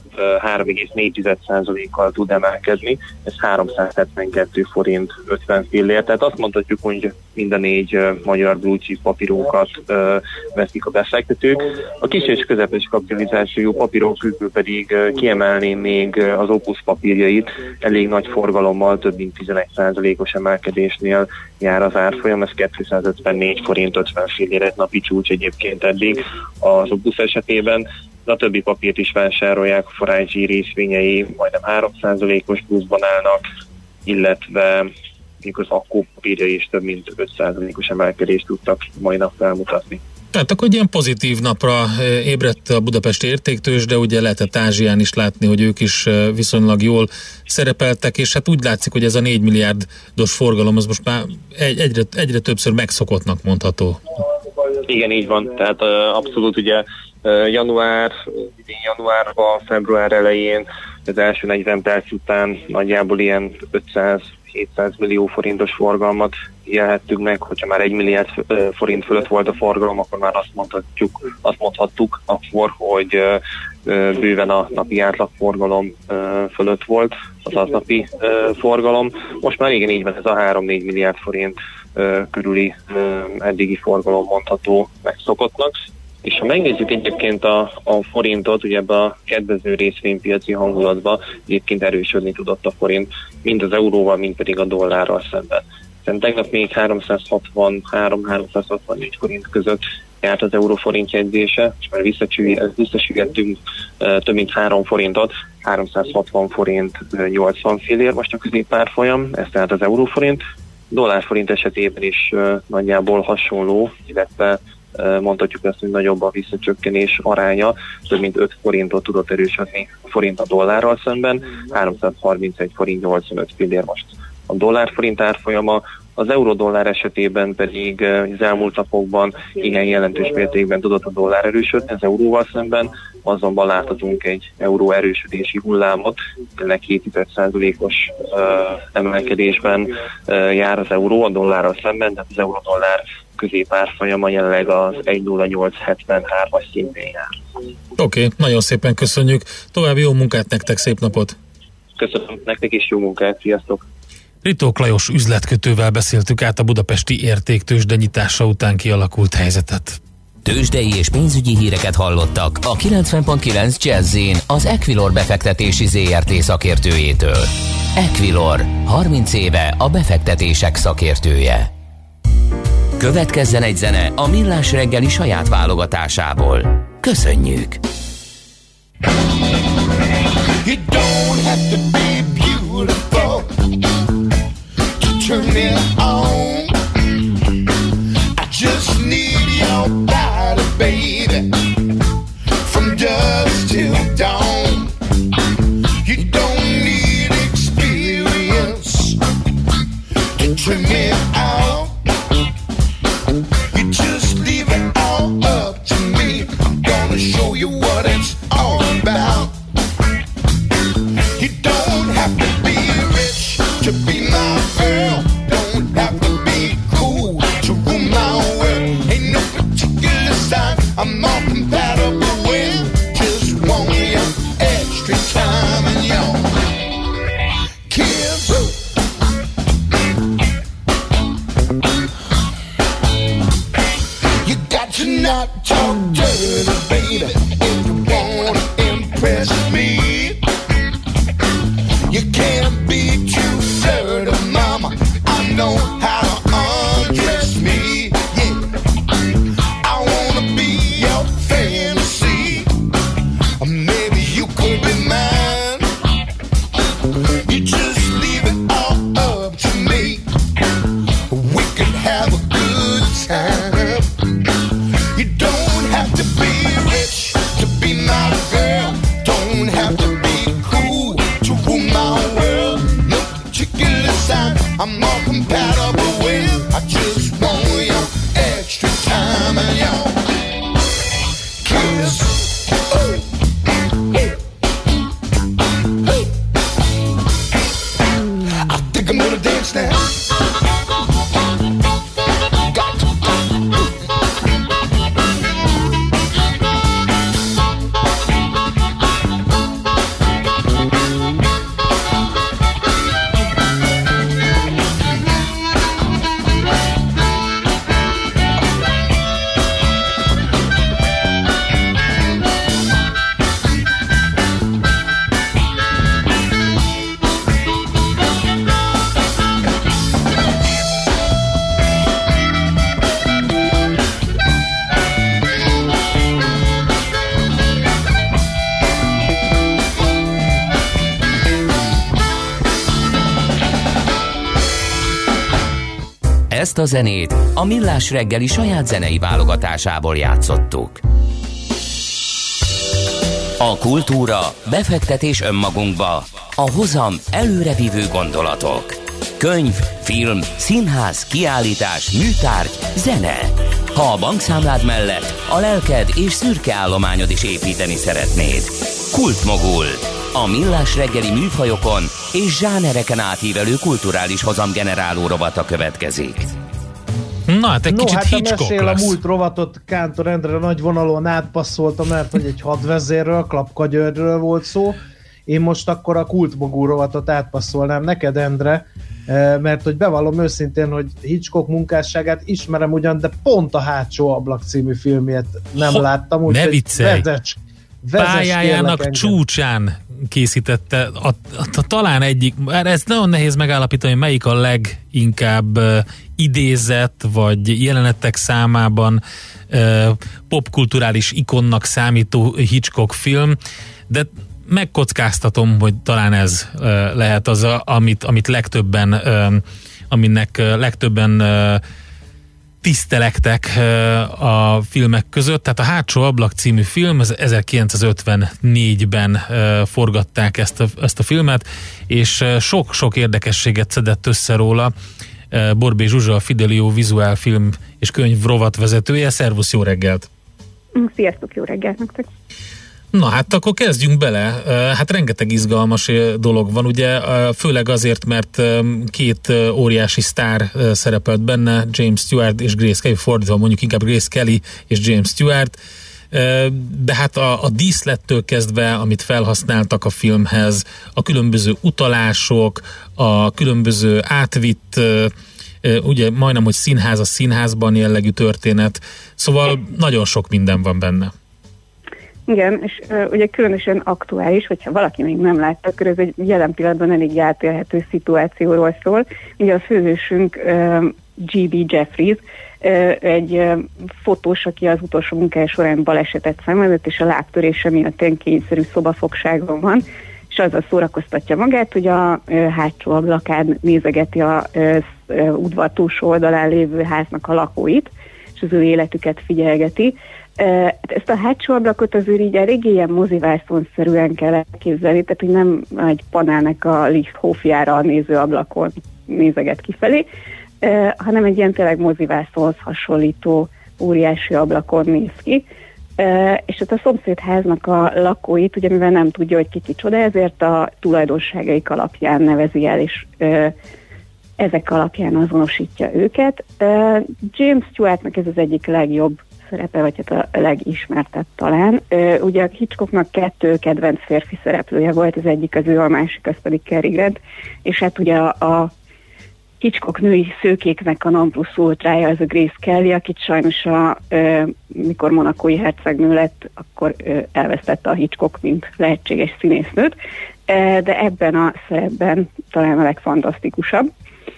3,4%-kal tud emelkedni, ez 372 forint 50 fillér, tehát azt mondhatjuk, hogy mind a 4 magyar blue chip papírokat veszik a befektetők. A kis és közepes kapitalizációjú papírok közül pedig kiemelném még az Opus papírjait, elég nagy forgalommal, több mint 11%-os emelkedésnél jár az árfolyam, ez 254 forint 50 fillér, egy napi csúcs egyébként eddig az Opus esetében. A többi papírt is vásárolják, a Forage részvényei majdnem 3%-os pluszban állnak, illetve az Akkó papírjai is több mint 5%-os emelkedést tudtak mai nap felmutatni. Tehát akkor egy ilyen pozitív napra ébredt a budapesti értéktőzs, de ugye lehetett Ázsián is látni, hogy ők is viszonylag jól szerepeltek, és hát úgy látszik, hogy ez a 4 milliárdos forgalom az most már egyre többször megszokottnak mondható. Igen, így van. Tehát abszolút ugye januárban, február elején, az első 40 perc után nagyjából ilyen 500-700 millió forintos forgalmat élhettünk meg, hogyha már 1 milliárd forint fölött volt a forgalom, akkor már azt mondhattuk akkor, hogy bőven a napi átlagforgalom fölött volt az aznapi forgalom. Most már igen, így van, ez a 3-4 milliárd forint körüli eddigi forgalom mondható megszokottnak. És ha megnézzük egyébként a forintot, ugye ebbe a kedvező részvénypiaci hangulatba egyébként erősödni tudott a forint, mind az euróval, mind pedig a dollárral szemben. Szerintem tegnap még 363-364 forint között járt az euróforint jegyzése, és már visszasügettünk több mint 3 forintot, 360 forint 80 fillér most a középárfolyam, ez tehát az euróforint. Dollárforint esetében is nagyjából hasonló, illetve mondhatjuk azt, hogy nagyobb a visszacsökkenés aránya, több mint 5 forintot tudott erősödni a forint a dollárral szemben, 331 forint 85 fillér most a dollárforint árfolyama, az euró-dollár esetében pedig az elmúlt napokban igen jelentős mértékben tudott a dollár erősödni az euróval szemben, azonban láthatunk egy euró erősödési hullámot, ennek 2,5%-os emelkedésben jár az euró a dollárral szemben, tehát az euró-dollár középárfolyama jelenleg az 1,0873-as szintén jár. Oké, nagyon szépen köszönjük. További jó munkát nektek, szép napot! Köszönöm nektek is, jó munkát, sziasztok! Ritók Lajos üzletkötővel beszéltük át a budapesti értéktőzsde nyitása után kialakult helyzetet. Tőzsdei és pénzügyi híreket hallottak a 90.9 Jazz-in az Equilor befektetési ZRT szakértőjétől. Equilor, 30 éve a befektetések szakértője. Következzen egy zene a Millás reggeli saját válogatásából. Köszönjük! You don't have to be beautiful to turn me on. I just need your body, baby, from dusk till dawn. You don't need experience to turn me on. You just leave it all up to me. I'm gonna show you what it's all about. You don't You can't be too dirty, mama. I know how to undress me. Yeah, I wanna be your fantasy. Maybe you could be mine. You just leave it all up to me. We could have a good time. You don't have to be rich to be my girl. Don't have to be cool to rule my world. No particular sign I'm more compatible with. I just want your extra time and your kiss. I think I'm gonna dance now. Ezt a zenét a Millás reggeli saját zenei válogatásából játszottuk. A kultúra, befektetés önmagunkba, a hozam előrevívő gondolatok. Könyv, film, színház, kiállítás, műtárgy, zene. Ha a bankszámlád mellett a lelked és szürke állományod is építeni szeretnéd. Kultmogul. A Millás reggeli műfajokon és zsánereken átívelő kulturális hozamgeneráló rovata következik. Na, hát egy kicsit Hitchcock mesél lesz. A múlt rovatot Kántor Endre nagy vonalon átpasszolta, mert hogy egy hadvezérről, Klapka Györgyről volt szó. Én most akkor a kultmogul rovatot átpasszolnám neked, Endre, mert hogy bevallom őszintén, hogy Hitchcock munkásságát ismerem ugyan, de pont a Hátsó ablak című filmjét nem láttam. Ne viccelj! Pályájának engem. csúcsán készítette, talán egyik, ez nagyon nehéz megállapítani, melyik a leginkább idézett, vagy jelenetek számában popkulturális ikonnak számító Hitchcock film, de megkockáztatom, hogy talán ez lehet az, amit legtöbben, aminek legtöbben tisztelektek a filmek között. Tehát a Hátsó ablak című film, 1954-ben forgatták ezt a filmet, és sok-sok érdekességet szedett össze róla Borbély Zsuzsa, a Fidelio vizuál film és könyv rovatvezetője. Szervusz, jó reggelt! Sziasztok, jó reggelt nektek! Na hát akkor kezdjünk bele. Hát rengeteg izgalmas dolog van, ugye, főleg azért, mert két óriási sztár szerepelt benne, James Stewart és Grace Kelly, fordítva mondjuk inkább Grace Kelly és James Stewart, de hát a díszlettől kezdve, amit felhasználtak a filmhez, a különböző utalások, a különböző átvitt, ugye majdnem, hogy színház a színházban jellegű történet, szóval nagyon sok minden van benne. Igen, és ugye különösen aktuális, hogyha valaki még nem látta, akkor ez egy jelen pillanatban elég átélhető szituációról szól. Ugye a főhősünk G.B. Jeffries, egy fotós, aki az utolsó munkája során balesetet szenvedett, és a lábtörése miatt ilyen kényszerű szobafogságban van, és azzal szórakoztatja magát, hogy a hátsó ablakán nézegeti a udvar túlsó oldalán lévő háznak a lakóit, és az ő életüket figyelgeti. Ezt a hátsó ablakot azért így eléggé ilyen mozivászonszerűen kell elképzelni, tehát hogy nem egy panelnek a lichthofjára a nézőablakon nézeget kifelé, hanem egy ilyen tényleg mozivászonhoz hasonlító óriási ablakon néz ki. És hát a szomszédháznak a lakóit, ugye mivel nem tudja, hogy ki kicsoda, ezért a tulajdonságaik alapján nevezi el, és ezek alapján azonosítja őket. James Stewartnak ez az egyik legjobb szerepe, vagy hát a legismertebb talán. Ugye a Hitchcocknak 2 kedvenc férfi szereplője volt, az egyik az ő, a másik az pedig Cary Grant, és hát ugye a Hitchcock női szőkéknek a non plus ultrája az a Grace Kelly, akit sajnos mikor monacói hercegnő lett, akkor elvesztette a Hitchcock, mint lehetséges színésznőt. de ebben a szerepben talán a legfantasztikusabb.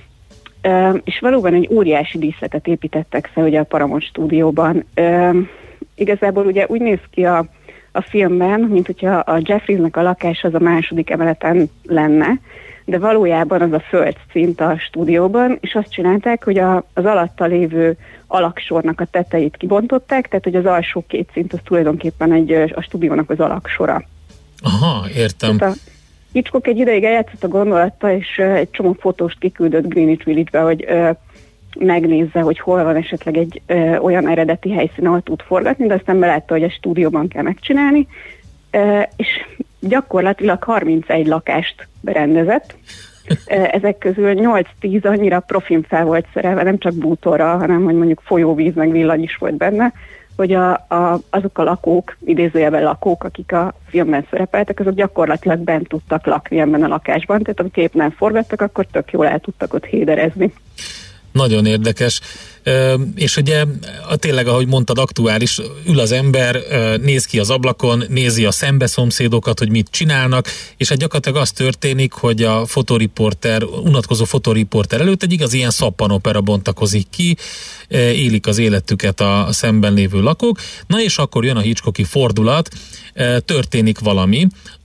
És valóban egy óriási díszletet építettek fel ugye a Paramount stúdióban. Igazából ugye úgy néz ki a filmben, mint hogyha a Jeffriesnek a lakás az a második emeleten lenne, de valójában az a földszint a stúdióban, és azt csinálták, hogy az alatta lévő alaksornak a tetejét kibontották, tehát hogy az alsó két szint az tulajdonképpen a stúdiónak az alaksora. Aha, értem. Tehát Hitchcock egy ideig eljátszott a gondolattal, és egy csomó fotóst kiküldött Greenwich Village-be, hogy megnézze, hogy hol van esetleg egy olyan eredeti helyszín, ahol tud forgatni, de aztán belátta, hogy a stúdióban kell megcsinálni, és gyakorlatilag 31 lakást berendezett. Ezek közül 8-10 annyira profin fel volt szerelve, nem csak bútorral, hanem hogy mondjuk folyóvíz meg villany is volt benne, hogy azok a lakók, idézőjelben lakók, akik a filmben szerepeltek, azok gyakorlatilag bent tudtak lakni ebben a lakásban, tehát amikor épp nem forgattak, akkor tök jól el tudtak ott héderezni. Nagyon érdekes. És ugye tényleg, ahogy mondtad, aktuális, ül az ember, néz ki az ablakon, nézi a szembeszomszédokat, hogy mit csinálnak, és hát gyakorlatilag az történik, hogy a unatkozó fotoriporter előtt egy igazi ilyen szappanopera bontakozik ki, élik az életüket a szemben lévő lakók. Na és akkor jön a Hitchcocki fordulat, történik valami,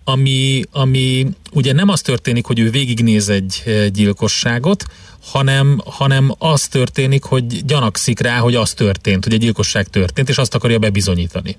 ami ugye nem az történik, hogy ő végignéz egy gyilkosságot, hanem az történik, hogy gyanakszik rá, hogy az történt, hogy egy gyilkosság történt, és azt akarja bebizonyítani.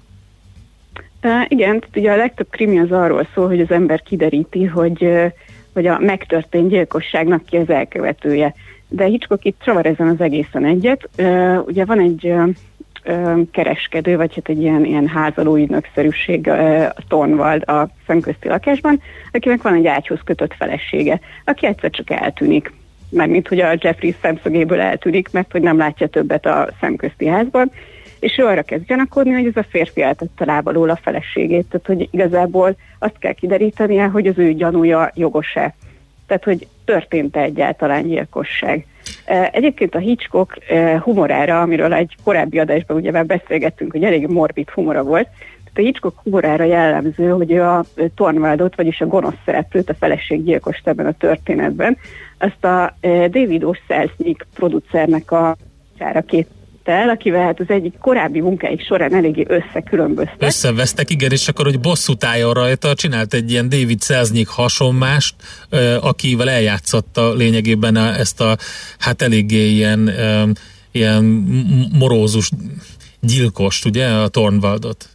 Igen, ugye a legtöbb krimi az arról szól, hogy az ember kideríti, hogy a megtörtént gyilkosságnak ki az elkövetője. De Hitchcock itt csavar ezen az egészen egyet. Ugye van egy kereskedő, vagy hát egy ilyen házaló ügynökszerűség, a Thornwald a szemközti lakásban, akinek van egy ágyhoz kötött felesége, aki egyszer csak eltűnik. Mármint, hogy a Jeffries szemszögéből eltűnik, mert hogy nem látja többet a szemközti házban, és ő arra kezd gyanakodni, hogy ez a férfi eltette láb alól a feleségét. Tehát, hogy igazából azt kell kiderítenie, hogy az ő gyanúja jogos-e. Tehát, hogy történt-e egyáltalán gyilkosság. Egyébként a Hitchcock humorára, amiről egy korábbi adásban ugye már beszélgettünk, hogy elég morbid humora volt, tehát a Hitchcock humorára jellemző, hogy ő a Thornwaldot, vagyis a gonosz szereplőt, a feleséggyilkost ebben a történetben, azt a David O. Selznick producernek a két el, akivel hát az egyik korábbi munkáik során eléggé összekülönböztek. Összevesztek, igen, és akkor, hogy bosszút álljon rajta, csinált egy ilyen David Selznick hasonmást, akivel eljátszotta lényegében ezt a hát eléggé ilyen morózus gyilkost, ugye, a Thornwaldot.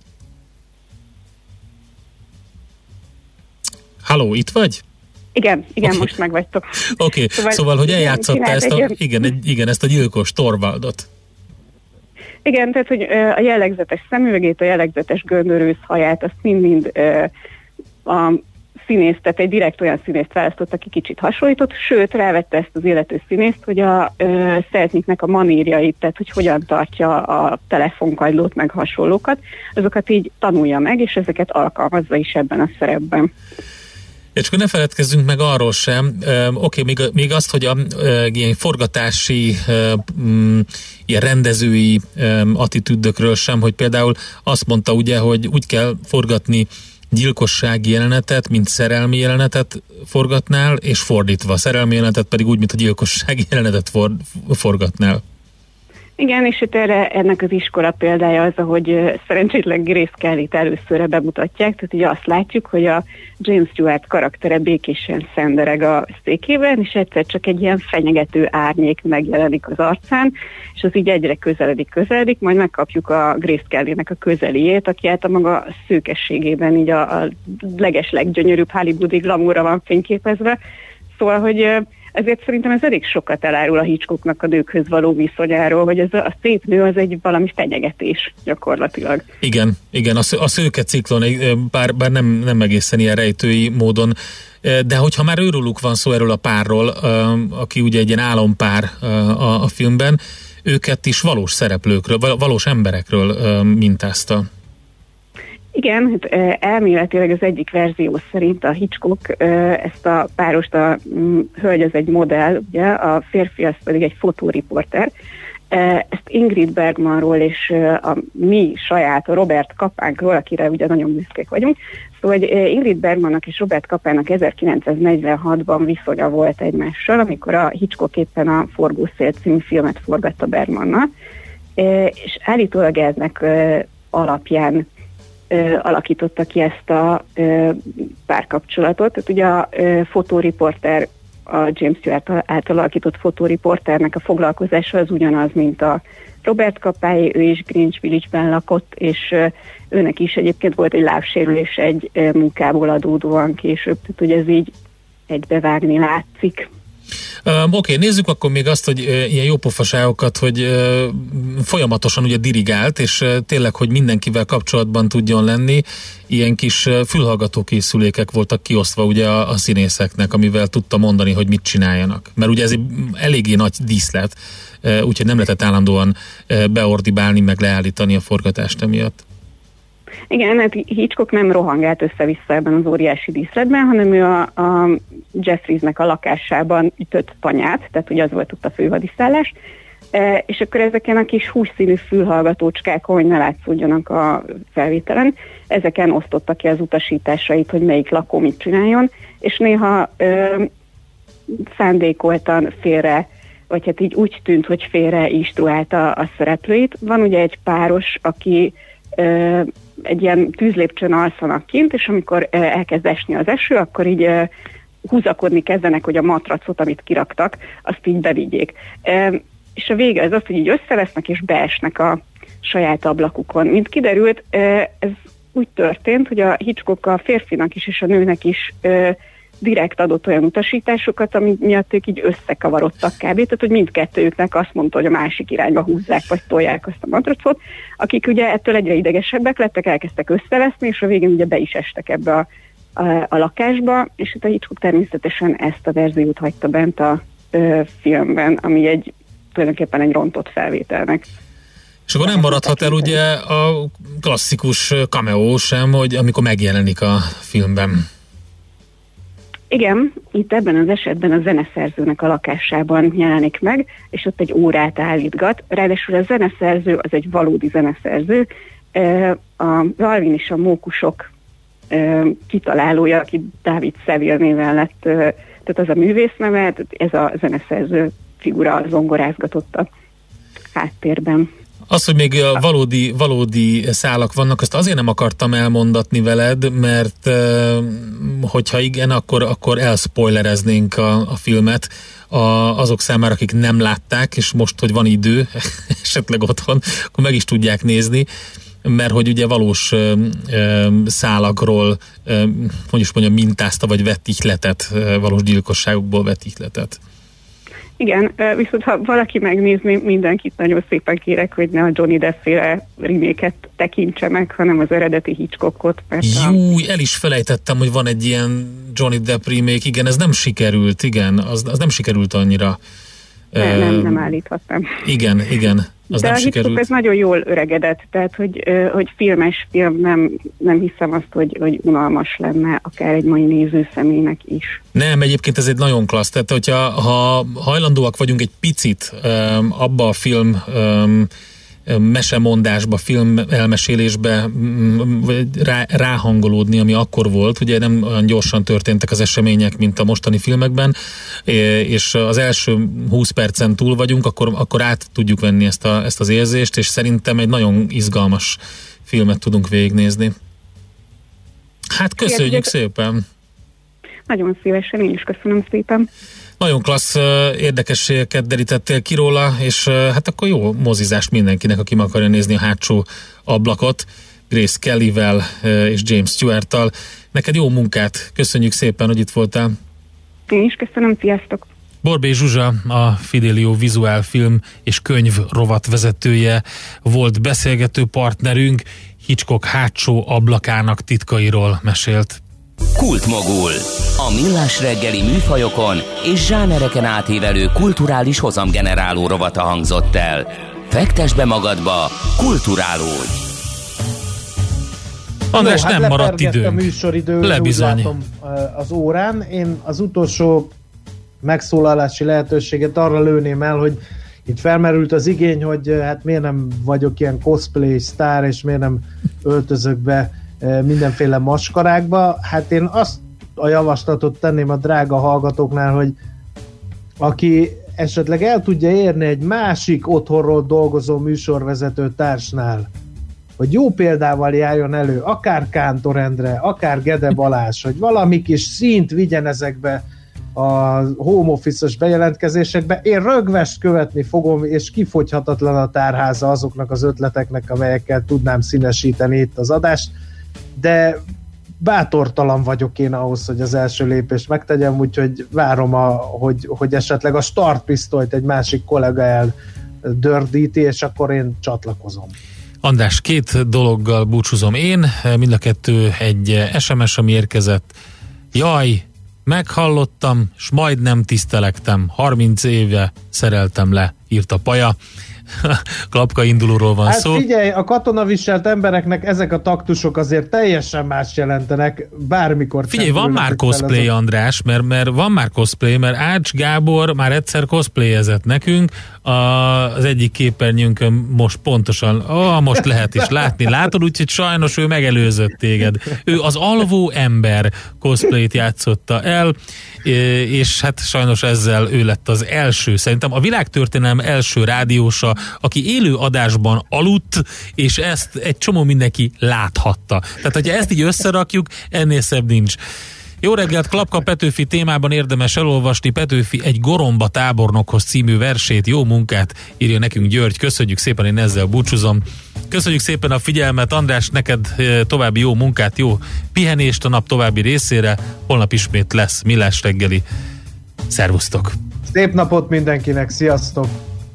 Halló, itt vagy? Igen, okay. Most megvagytok. Oké, szóval, hogy eljátszotta ezt a gyilkos Thornwaldot. Igen, tehát, hogy a jellegzetes szemüvegét, a jellegzetes göndörősz haját, azt mind-mind a színész, tehát egy direkt olyan színészt választott, aki kicsit hasonlított, sőt, rávette ezt az illető színészt, hogy a Selznicknek a manírjait, tehát, hogy hogyan tartja a telefonkagylót, meg hasonlókat, azokat így tanulja meg, és ezeket alkalmazza is ebben a szerepben. És akkor ne feledkezzünk meg arról sem, még azt, hogy a ilyen forgatási, ilyen rendezői attitűdökről sem, hogy például azt mondta ugye, hogy úgy kell forgatni gyilkossági jelenetet, mint szerelmi jelenetet forgatnál, és fordítva. Szerelmi jelenetet pedig úgy, mint a gyilkossági jelenetet forgatnál. Igen, és itt ennek az iskola példája az, ahogy szerencsétlen Grace Kellyt előszörre bemutatják, tehát ugye azt látjuk, hogy a James Stewart karaktere békésen szendereg a székében, és egyszer csak egy ilyen fenyegető árnyék megjelenik az arcán, és az így egyre közeledik, majd megkapjuk a Grace Kellynek a közeliét, aki hát a maga szőkességében így a legesleggyönyörűbb hollywoodi glamourra van fényképezve, szóval, hogy ezért szerintem ez elég sokat elárul a Hitchcocknak a nőkhöz való viszonyáról, hogy ez a szép nő az egy valami fenyegetés gyakorlatilag. Igen, a szőke ciklon, bár nem egészen ilyen rejtői módon, de hogyha már őróluk van szó, erről a párról, aki ugye egy ilyen álompár a filmben, őket is valós szereplőkről, valós emberekről mintázta. Igen, hát elméletileg az egyik verzió szerint a Hitchcock ezt a párost, a hölgy az egy modell, ugye, a férfi az pedig egy fotóriporter. Ezt Ingrid Bergmanról és a mi saját, a Robert Kapánkról, akire ugye nagyon büszkék vagyunk, Szóval Ingrid Bergmannak és Robert Capának 1946-ban viszonya volt egymással, amikor a Hitchcock éppen a Forgószél című filmet forgatta Bergmannal, és állítólag eznek alapján alakította ki ezt a párkapcsolatot. Tehát ugye a fotóriporter, a James Stewart által alakított fotóriporternek a foglalkozása az ugyanaz, mint a Robert Capáé, ő is Greenwich Village-ben lakott, és őnek is egyébként volt egy lábsérülés egy munkából adódóan később, tehát hogy ez így egybevágni látszik. Oké, nézzük akkor még azt, hogy ilyen jópofaságokat, hogy folyamatosan ugye dirigált, és tényleg, hogy mindenkivel kapcsolatban tudjon lenni, ilyen kis fülhallgató készülékek voltak kiosztva ugye a színészeknek, amivel tudta mondani, hogy mit csináljanak. Mert ugye ez egy eléggé nagy díszlet, úgyhogy nem lehetett állandóan beordibálni, meg leállítani a forgatást emiatt. Igen, hát Hitchcock nem rohangált össze-vissza ebben az óriási díszletben, hanem ő a Jeffriesnek a lakásában ütött tanyát, tehát ugye az volt ott a főhadiszállás, és akkor ezeken a kis hússzínű fülhallgatócskákon, hogy ne látszódjanak a felvételen, ezeken osztotta ki az utasításait, hogy melyik lakó mit csináljon, és néha szándékoltan félre, vagy hát így úgy tűnt, hogy félre instruálta a szereplőit. Van ugye egy páros, aki egy ilyen tűzlépcsőn alszanak kint, és amikor elkezd esni az eső, akkor így húzakodni kezdenek, hogy a matracot, amit kiraktak, azt így bevigyék. És a vége az az, hogy így összevesznek és beesnek a saját ablakukon. Mint kiderült, ez úgy történt, hogy a Hitchcock a férfinak is és a nőnek is direkt adott olyan utasításokat, ami miatt ők így összekavarodtak kb. Tehát, hogy mindkettőjüknek azt mondta, hogy a másik irányba húzzák, vagy tolják azt a matracot, akik ugye ettől egyre idegesebbek lettek, elkezdtek összeveszni, és a végén ugye be is estek ebbe a lakásba, és itt a Hitchcock természetesen ezt a verziót hagyta bent a filmben, ami tulajdonképpen egy rontott felvételnek. És akkor nem maradhat el ugye a klasszikus cameo sem, hogy amikor megjelenik a filmben. Igen, itt ebben az esetben a zeneszerzőnek a lakásában jelenik meg, és ott egy órát állítgat. Ráadásul a zeneszerző az egy valódi zeneszerző. A Alvin és a mókusok kitalálója, aki David Seville néven lett, tehát az a művész neve, ez a zeneszerző figura zongorázgatott a háttérben. Az, hogy még valódi szálak vannak, azt azért nem akartam elmondatni veled, mert hogyha igen, akkor elspoilereznénk a filmet azok számára, akik nem látták, és most, hogy van idő, esetleg otthon, akkor meg is tudják nézni, mert hogy ugye valós szálakról, hogy is mondjam, mintázta, vagy vett ihletet, valós gyilkosságokból vett ihletet. Igen, viszont ha valaki megnézni, mindenkit nagyon szépen kérek, hogy ne a Johnny Depp-féle remake-et tekintse meg, hanem az eredeti Hitchcockot. Júj, el is felejtettem, hogy van egy ilyen Johnny Depp remake, igen, ez nem sikerült, igen, az nem sikerült annyira. Nem állíthattam. Igen, az de nem a sikerült. Hitchcock ez nagyon jól öregedett, tehát hogy filmes film, nem hiszem azt, hogy unalmas lenne akár egy mai nézőszemélynek is. Nem, egyébként ez egy nagyon klassz, tehát hogyha hajlandóak vagyunk egy picit abba a film mesemondásba, film elmesélésbe ráhangolódni, ami akkor volt, ugye nem olyan gyorsan történtek az események, mint a mostani filmekben, és az első 20 percen túl vagyunk, akkor át tudjuk venni ezt az érzést, és szerintem egy nagyon izgalmas filmet tudunk végignézni. Hát köszönjük szépen! Nagyon szívesen, én is köszönöm szépen. Nagyon klassz érdekességeket derítettél ki róla, és hát akkor jó mozizást mindenkinek, aki meg akarja nézni a hátsó ablakot, Grace Kellyvel és James Stewart-tal. Neked jó munkát, köszönjük szépen, hogy itt voltál. Én is köszönöm, sziasztok! Borbély Zsuzsa, a Fidelio Vizuál Film és Könyv rovat vezetője volt beszélgető partnerünk, Hitchcock hátsó ablakának titkairól mesélt. Kultmogul. A millás reggeli műfajokon és zsánereken átívelő kulturális hozamgeneráló rovata hangzott el. Fektesd be magadba, kulturálódj! András, nem maradt időnk. A műsoridő, úgy látom, az órán. Én az utolsó megszólalási lehetőséget arra lőném el, hogy itt felmerült az igény, hogy hát miért nem vagyok ilyen cosplay sztár, és miért nem öltözök be mindenféle maskarákba. Hát én azt a javaslatot tenném a drága hallgatóknál, hogy aki esetleg el tudja érni egy másik otthonról dolgozó műsorvezető társnál, hogy jó példával járjon elő, akár Kántor Endre, akár Gede Balázs, hogy valami kis színt vigyen ezekbe a home office-os bejelentkezésekbe. Én rögvest követni fogom, és kifogyhatatlan a tárháza azoknak az ötleteknek, amelyekkel tudnám színesíteni itt az adást, de bátortalan vagyok én ahhoz, hogy az első lépést megtegyem, úgyhogy várom, hogy esetleg a startpisztolyt egy másik kollega eldördíti, és akkor én csatlakozom. András, 2 dologgal búcsúzom én, mind a 2 egy SMS, ami érkezett. Jaj, meghallottam, s majdnem tisztelektem, 30 éve szereltem le, írt a Paja. Klapka indulóról van szó. Figyelj, a katonaviselt embereknek ezek a taktusok azért teljesen más jelentenek, bármikor. Figyelj, van már cosplay, András, mert van már cosplay, mert Ács Gábor már egyszer cosplayezett nekünk, az egyik képernyőnkön most pontosan, most lehet is látni, látod, úgyhogy sajnos ő megelőzött téged. Ő az alvó ember cosplayt játszotta el, és hát sajnos ezzel ő lett az első, szerintem a világtörténelem első rádiósa, aki élő adásban aludt, és ezt egy csomó mindenki láthatta. Tehát, hogyha ezt így összerakjuk, ennél szebb nincs. Jó reggelt, Klapka Petőfi témában érdemes elolvasni Petőfi egy Goromba tábornokhoz című versét, jó munkát írja nekünk György, köszönjük szépen, én ezzel búcsúzom. Köszönjük szépen a figyelmet, András, neked további jó munkát, jó pihenést a nap további részére, holnap ismét lesz Millás reggeli. Szervusztok! Szép napot mindenkinek, sziasztok!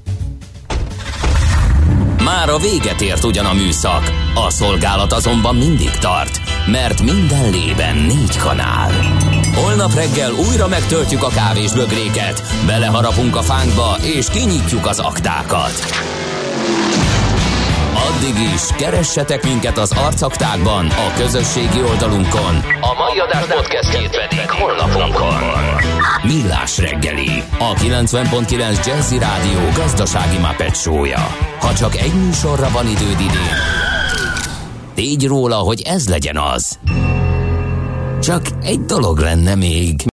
Már a véget ért ugyan a műszak, a szolgálat azonban mindig tart, mert minden lében 4 kanál. Holnap reggel újra megtöltjük a kávésbögréket, beleharapunk a fánkba és kinyitjuk az aktákat. Addig is keressetek minket az arcaktákban, a közösségi oldalunkon. A mai adás podcastjét pedig honlapunkon. Millás reggeli, a 90.9 Jazzy Rádió gazdasági Muppet show-ja. Ha csak egy műsorra van időd idén, tégy róla, hogy ez legyen az. Csak egy dolog lenne még.